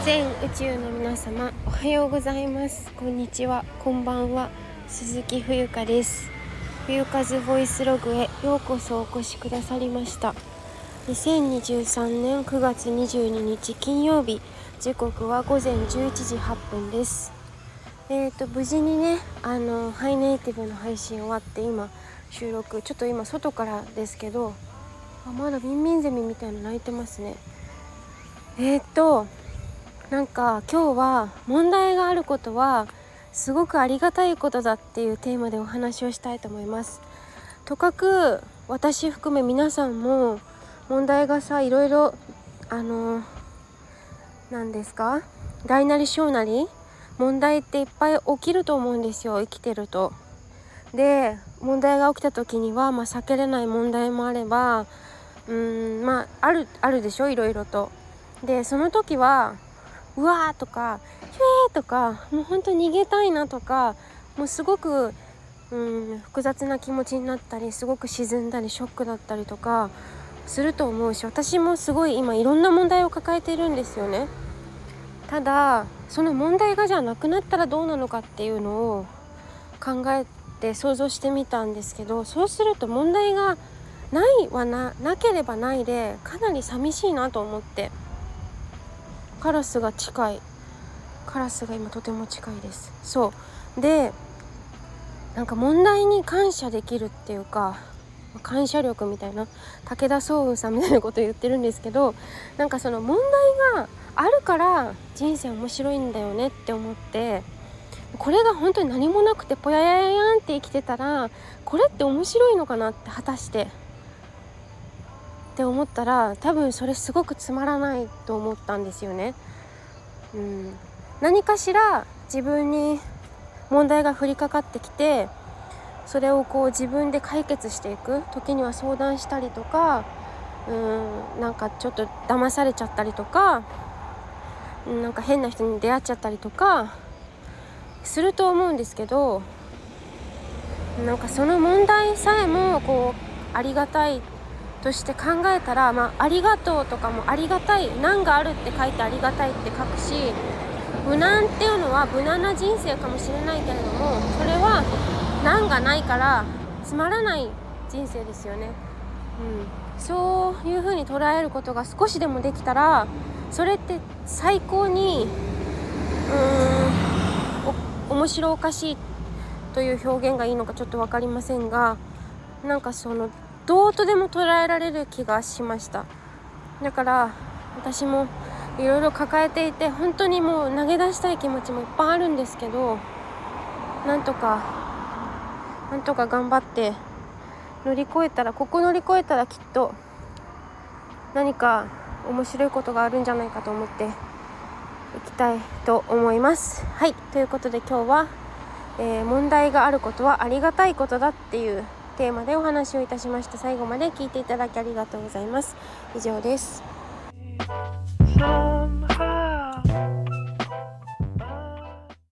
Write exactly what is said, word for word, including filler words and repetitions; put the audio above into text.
全宇宙の皆様、おはようございます。こんにちは、こんばんは。鈴木冬香です。冬風ボイスログへようこそお越しくださりました。にせんにじゅうさんねんくがつにじゅうににち金曜日、時刻はごぜんじゅういちじはっぷんです。えーと無事にね、あのハイネイティブの配信終わって今収録、ちょっと今外からですけど、あまだビンビンゼミみたいなの鳴いてますね。えーとなんか今日は問題があることはすごくありがたいことだっていうテーマでお話をしたいと思います。とかく私含め皆さんも問題がさ、いろいろあの何ですか、大なり小なり問題っていっぱい起きると思うんですよ、生きてると。で問題が起きた時には、まあ、避けれない問題もあればうーんまああるあるでしょ、いろいろと。でその時はうわーとかひえーとか、もうほんと逃げたいなとか、もうすごくうん複雑な気持ちになったり、すごく沈んだりショックだったりとかすると思うし、私もすごい今いろんな問題を抱えているんですよね。ただその問題がじゃあなくなったらどうなのかっていうのを考えて想像してみたんですけど、そうすると問題がないは な, なければないでかなり寂しいなと思って。カラスが近いカラスが今とても近いです。そうで、なんか問題に感謝できるっていうか、感謝力みたいな、武田壮雲さんみたいなことを言ってるんですけど、なんかその問題があるから人生面白いんだよねって思って、これが本当に何もなくてぽやややんって生きてたら、これって面白いのかなって、果たしてって思ったら、多分それすごくつまらないと思ったんですよね。うん、何かしら自分に問題が降りかかってきて、それをこう自分で解決していく、時には相談したりとか、うんなんかちょっと騙されちゃったりとか、なんか変な人に出会っちゃったりとかすると思うんですけど、なんかその問題さえもこうありがたいとして考えたら、まあ、ありがとうとかもありがたい、難があるって書いてありがたいって書くし、無難っていうのは無難な人生かもしれないけれども、それは難がないからつまらない人生ですよね。うん、そういう風に捉えることが少しでもできたら、それって最高にうーんお面白おかしいという表現がいいのかちょっと分かりませんが、なんかそのどうとでも捉えられる気がしました。だから私もいろいろ抱えていて、本当にもう投げ出したい気持ちもいっぱいあるんですけど、なんとかなんとか頑張って乗り越えたら、ここ乗り越えたらきっと何か面白いことがあるんじゃないかと思っていきたいと思います。はい、ということで今日は、えー、問題があることはありがたいことだっていうテーマでお話をいたしました。最後まで聞いていただきありがとうございます。以上です。